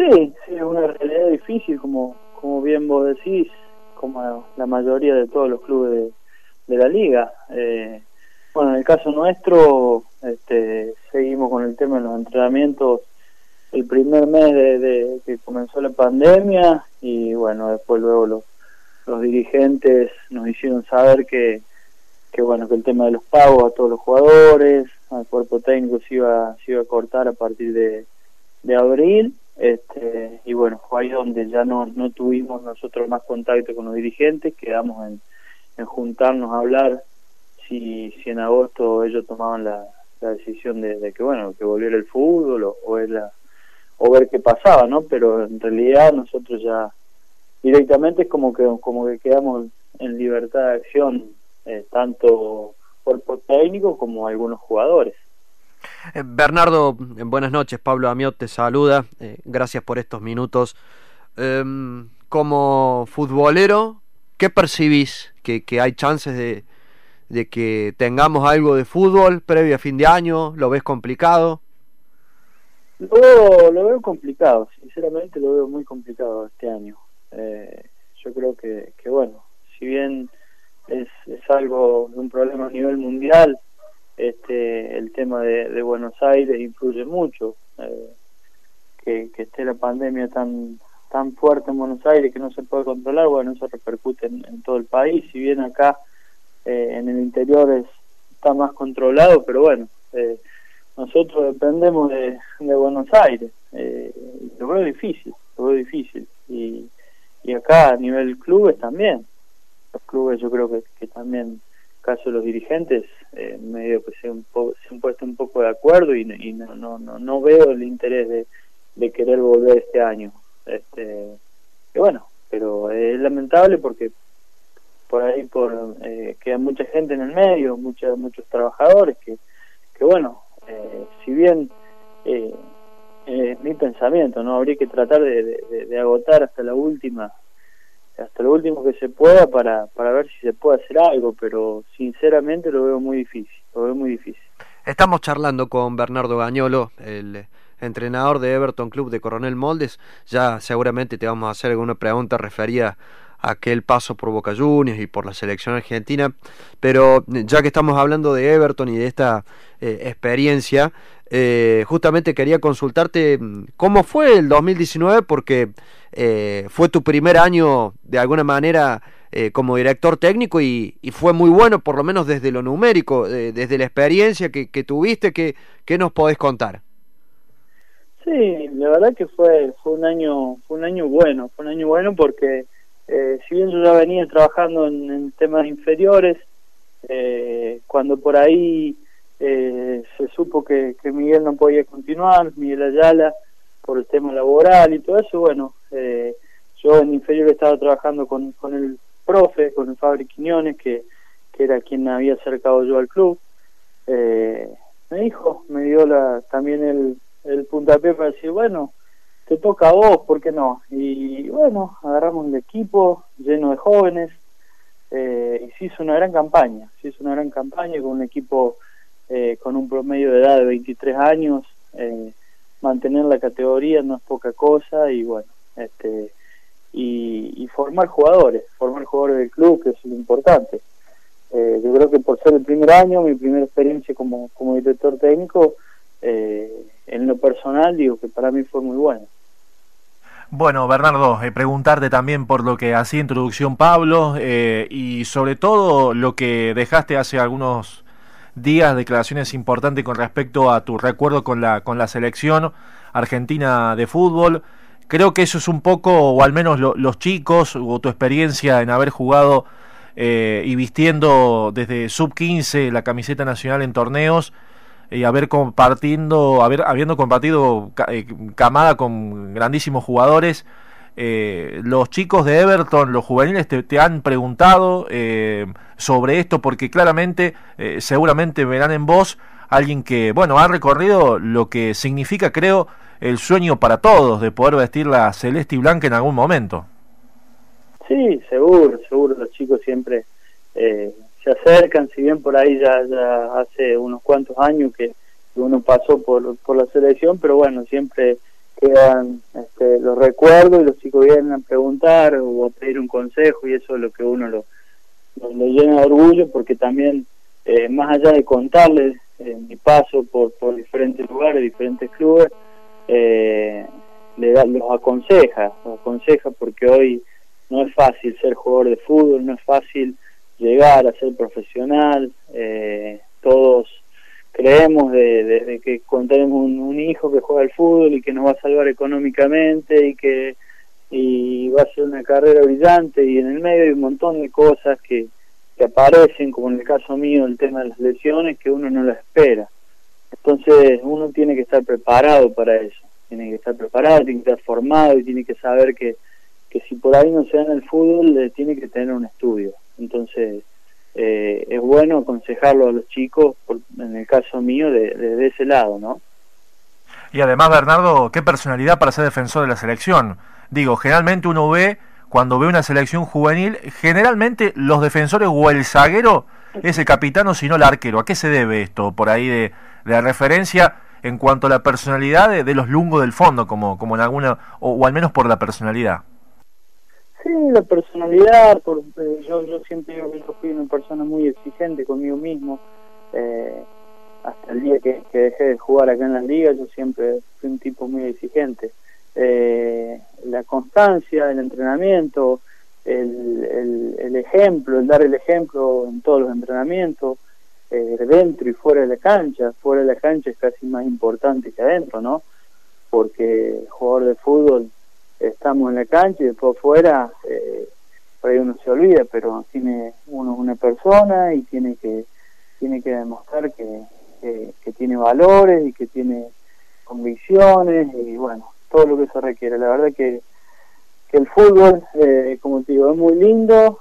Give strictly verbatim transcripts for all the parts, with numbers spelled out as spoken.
Sí, sí, es una realidad difícil, como como bien vos decís, como la mayoría de todos los clubes de, de la liga. Eh, bueno, en el caso nuestro, este, seguimos con el tema de los entrenamientos el primer mes de, de que comenzó la pandemia, y bueno, después luego los, los dirigentes nos hicieron saber que, que bueno, que el tema de los pagos a todos los jugadores, al cuerpo técnico se iba, se iba a cortar a partir de, de abril. Este, y bueno, fue ahí donde ya no, no tuvimos nosotros más contacto con los dirigentes, quedamos en, en juntarnos a hablar si, si en agosto ellos tomaban la, la decisión de, de que bueno, que volviera el fútbol o, o, la, o ver qué pasaba, ¿no? Pero en realidad nosotros ya directamente es como que, como que quedamos en libertad de acción, eh, tanto cuerpo técnico como algunos jugadores. Eh, Bernardo, buenas noches, Pablo Amiot te saluda, eh, gracias por estos minutos. Eh, como futbolero, ¿qué percibís? ¿Que, que hay chances de, de que tengamos algo de fútbol previo a fin de año? ¿Lo ves complicado? Lo veo, lo veo complicado, sinceramente lo veo muy complicado este año. Eh, yo creo que, que bueno, si bien es, es algo, un problema a nivel mundial, este el tema de, de Buenos Aires influye mucho, eh, que, que esté la pandemia tan tan fuerte en Buenos Aires que no se puede controlar, bueno, eso repercute en, en todo el país. Si bien acá eh, en el interior es, está más controlado, pero bueno, eh, nosotros dependemos de, de Buenos Aires, eh, lo veo difícil, lo veo difícil, y, y acá a nivel clubes también, los clubes yo creo que, que también, caso de los dirigentes, eh, medio que se, un po, se han puesto un poco de acuerdo, y, y no, no, no, no veo el interés de, de querer volver este año, este, y bueno, pero es lamentable porque por ahí por eh, queda mucha gente en el medio, mucha, muchos trabajadores que, que bueno, eh, si bien eh, eh, mi pensamiento, no habría que tratar de, de, de agotar hasta la última hasta lo último que se pueda para, para ver si se puede hacer algo, pero sinceramente lo veo muy difícil, lo veo muy difícil. Estamos charlando con Bernardo Gañolo, el entrenador de Everton Club de Coronel Moldes. Ya seguramente te vamos a hacer alguna pregunta referida a aquel paso por Boca Juniors y por la selección argentina, pero ya que estamos hablando de Everton y de esta eh, experiencia, eh, justamente quería consultarte cómo fue el dos mil diecinueve, porque eh, fue tu primer año de alguna manera eh, como director técnico, y, y fue muy bueno, por lo menos desde lo numérico, eh, desde la experiencia que, que tuviste. ¿qué, ¿Qué nos podés contar? Sí, la verdad que fue fue un año fue un año bueno, fue un año bueno porque eh, si bien yo ya venía trabajando en, en temas inferiores, eh, cuando por ahí eh, se supo que, que Miguel no podía continuar, Miguel Ayala, por el tema laboral y todo eso, bueno, eh, yo en inferior estaba trabajando con, con el profe, con el Fabri Quiñones, que, que era quien había acercado yo al club. Eh, me dijo, me dio la también el, el puntapié para decir, bueno, te toca a vos, ¿por qué no? Y bueno, agarramos el equipo lleno de jóvenes, eh, y se hizo una gran campaña, se hizo una gran campaña con un equipo eh, con un promedio de edad de veintitrés años, eh, mantener la categoría no es poca cosa, y bueno, este y, y formar jugadores, formar jugadores del club, que es lo importante. Eh, yo creo que por ser el primer año, mi primera experiencia como, como director técnico, eh, en lo personal digo que para mí fue muy bueno. Bueno, Bernardo, eh, preguntarte también por lo que hacía introducción Pablo, eh, y sobre todo lo que dejaste hace algunos días, declaraciones importantes con respecto a tu recuerdo con la con la selección argentina de fútbol. Creo que eso es un poco, o al menos lo, los chicos, o tu experiencia en haber jugado eh, y vistiendo desde sub quince la camiseta nacional en torneos, y haber compartiendo, haber habiendo compartido eh, camada con grandísimos jugadores. Eh, los chicos de Everton, los juveniles, te, te han preguntado eh, sobre esto, porque claramente eh, seguramente verán en vos alguien que, bueno, ha recorrido lo que significa, creo, el sueño para todos de poder vestir la celeste y blanca en algún momento. Sí, seguro, seguro, los chicos siempre eh, se acercan, si bien por ahí ya, ya hace unos cuantos años que uno pasó por, por la selección, pero bueno, siempre quedan este, los recuerdos, y los chicos vienen a preguntar o a pedir un consejo, y eso es lo que uno lo, lo, lo llena de orgullo, porque también, eh, más allá de contarles eh, mi paso por, por diferentes lugares, diferentes clubes, eh, le da, los aconseja, los aconseja porque hoy no es fácil ser jugador de fútbol, no es fácil llegar a ser profesional, eh, todos creemos de, de, de que cuando tenemos un, un hijo que juega al fútbol y que nos va a salvar económicamente y que y va a ser una carrera brillante, y en el medio hay un montón de cosas que, que aparecen, como en el caso mío el tema de las lesiones, que uno no las espera. Entonces uno tiene que estar preparado para eso, tiene que estar preparado, tiene que estar formado, y tiene que saber que, que si por ahí no se da en el fútbol, eh, tiene que tener un estudio. Entonces eh, es bueno aconsejarlo a los chicos, por, en el caso mío, de, de, de ese lado, ¿no? Y además, Bernardo, qué personalidad para ser defensor de la selección. Digo, generalmente uno ve, cuando ve una selección juvenil, generalmente los defensores o el zaguero es el capitán, o si no el arquero. ¿A qué se debe esto? Por ahí de, de la referencia en cuanto a la personalidad de, de los lungos del fondo, como, como en alguna, o, o al menos por la personalidad. Sí, la personalidad, por, eh, yo, yo siempre digo que yo fui una persona muy exigente conmigo mismo, eh, hasta el día que, que dejé de jugar acá en las ligas, yo siempre fui un tipo muy exigente. Eh, la constancia, el entrenamiento, el, el, el ejemplo, el dar el ejemplo en todos los entrenamientos, eh, dentro y fuera de la cancha. Fuera de la cancha es casi más importante que adentro, ¿no? Porque el jugador de fútbol, estamos en la cancha y después fuera, eh, por ahí uno se olvida, pero tiene uno una persona y tiene que tiene que demostrar que, que, que tiene valores y que tiene convicciones, y bueno, todo lo que se requiere. La verdad que, que el fútbol, eh, como te digo, es muy lindo,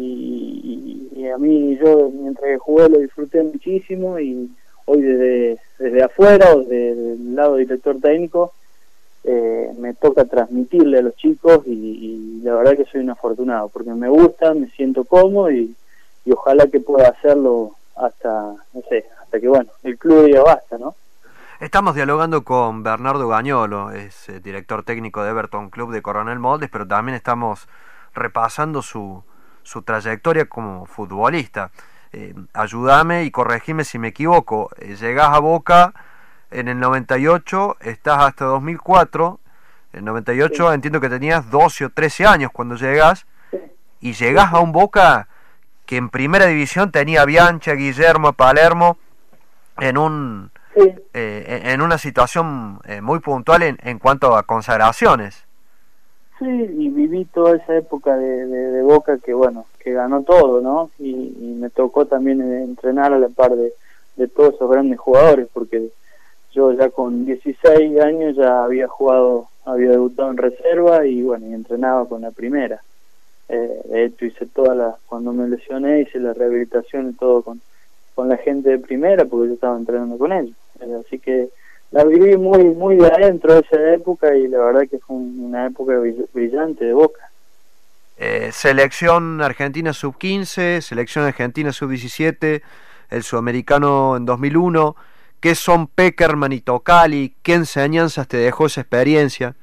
y, y, y a mí, yo mientras que jugué lo disfruté muchísimo, y hoy desde, desde afuera, o desde el lado director técnico, Eh, me toca transmitirle a los chicos, y, y la verdad que soy un afortunado, porque me gusta, me siento cómodo, y, y ojalá que pueda hacerlo hasta, no sé, hasta que, bueno, el club diga basta, ¿no? Estamos dialogando con Bernardo Gañolo, es eh, director técnico de Everton Club de Coronel Moldes, pero también estamos repasando su, su trayectoria como futbolista. Eh, ayúdame y corregime si me equivoco. Eh, llegás a Boca en el noventa y ocho, estás hasta dos mil cuatro. En el noventa y ocho sí. Entiendo que tenías doce o trece años cuando llegas, sí. Y llegás sí. a un Boca que en primera división tenía a Bianchi, Guillermo, a Palermo, en un sí. eh, en una situación eh, muy puntual en, en cuanto a consagraciones. Sí, y viví toda esa época de, de, de Boca que, bueno, que ganó todo, ¿no? Y, y me tocó también entrenar a la par de, de todos esos grandes jugadores, porque yo ya con dieciséis años ya había jugado, había debutado en reserva, y bueno, y entrenaba con la primera. Eh, de hecho hice toda la, cuando me lesioné hice la rehabilitación y todo con, con la gente de primera, porque yo estaba entrenando con ellos. Eh, así que la viví muy muy de adentro de esa época, y la verdad que fue una época brillante de Boca. Eh, selección argentina sub quince, selección argentina sub diecisiete, el sudamericano en dos mil uno. ¿Qué son Peckerman y Tocali? ¿Qué enseñanzas te dejó esa experiencia?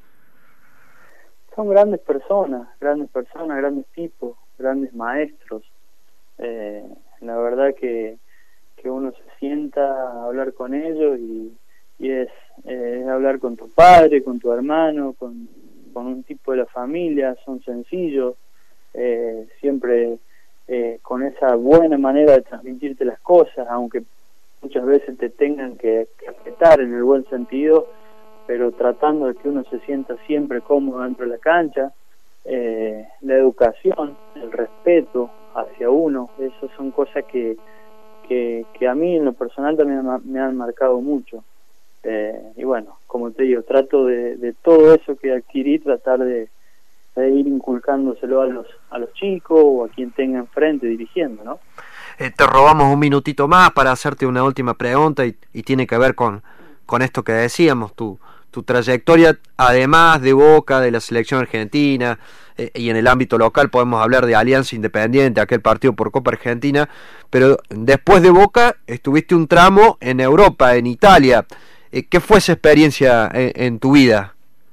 Son grandes personas, grandes personas, grandes tipos, grandes maestros. Eh, la verdad que, que uno se sienta a hablar con ellos, y, y es, eh, es hablar con tu padre, con tu hermano, con, con un tipo de la familia. Son sencillos, eh, siempre eh, con esa buena manera de transmitirte las cosas, aunque muchas veces te tengan que, que apretar en el buen sentido, pero tratando de que uno se sienta siempre cómodo dentro de la cancha. Eh, la educación, el respeto hacia uno, esas son cosas que, que, que a mí en lo personal también me han marcado mucho. Eh, y bueno, como te digo, trato de, de todo eso que adquirí, tratar de, de ir inculcándoselo a los, a los chicos o a quien tenga enfrente dirigiendo, ¿no? Eh, te robamos un minutito más para hacerte una última pregunta, y, y tiene que ver con, con esto que decíamos, tu, tu trayectoria, además de Boca, de la selección argentina, eh, y en el ámbito local podemos hablar de Alianza Independiente, aquel partido por Copa Argentina, pero después de Boca estuviste un tramo en Europa, en Italia. Eh, ¿Qué fue esa experiencia en, en tu vida?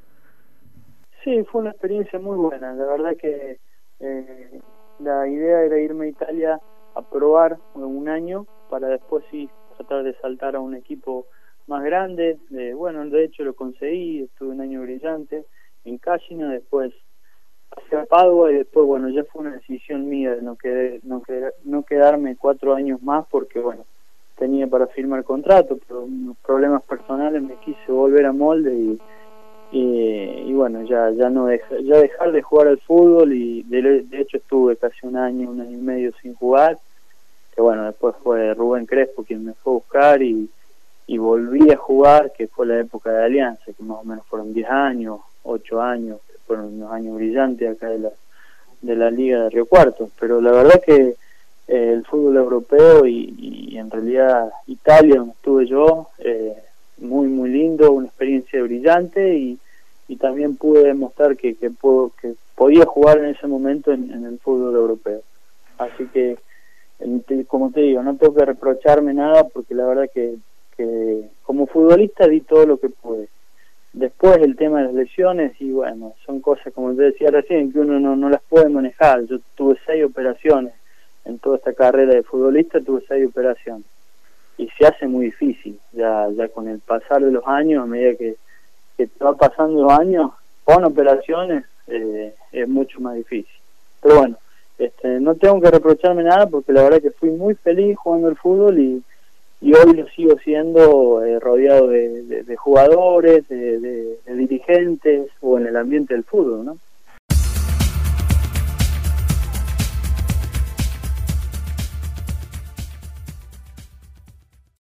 Sí, fue una experiencia muy buena. La verdad que eh, la idea era irme a Italia a probar un año para después sí tratar de saltar a un equipo más grande. Eh, bueno, de hecho lo conseguí, estuve un año brillante en Cagliari, después hacia Padua y después, bueno, ya fue una decisión mía de no, quedar, no, quedar, no quedarme cuatro años más porque, bueno, tenía para firmar contrato, pero unos problemas personales me quise volver a Molde y, y, y bueno, ya ya no dej, ya dejar de jugar al fútbol y de, de hecho estuve casi un año, un año y medio sin jugar, que bueno, después fue Rubén Crespo quien me fue a buscar y, y volví a jugar, que fue la época de Alianza, que más o menos fueron diez años, ocho años, que fueron unos años brillantes acá de la, de la Liga de Río Cuarto, pero la verdad que Eh, el fútbol europeo y, y en realidad Italia, donde estuve yo, eh, muy muy lindo, una experiencia brillante y, y también pude demostrar que, que, puedo, que podía jugar en ese momento en, en el fútbol europeo. Así que, como te digo, no tengo que reprocharme nada porque la verdad que, que como futbolista di todo lo que pude. Después el tema de las lesiones y bueno, son cosas como te decía recién que uno no, no las puede manejar. Yo tuve seis operaciones en toda esta carrera de futbolista, tuve seis operaciones y se hace muy difícil ya ya con el pasar de los años, a medida que, que te va pasando los años con operaciones eh, es mucho más difícil, pero bueno, este, no tengo que reprocharme nada porque la verdad que fui muy feliz jugando al fútbol y, y hoy lo sigo siendo eh, rodeado de, de, de jugadores, de, de, de dirigentes o en el ambiente del fútbol, ¿no?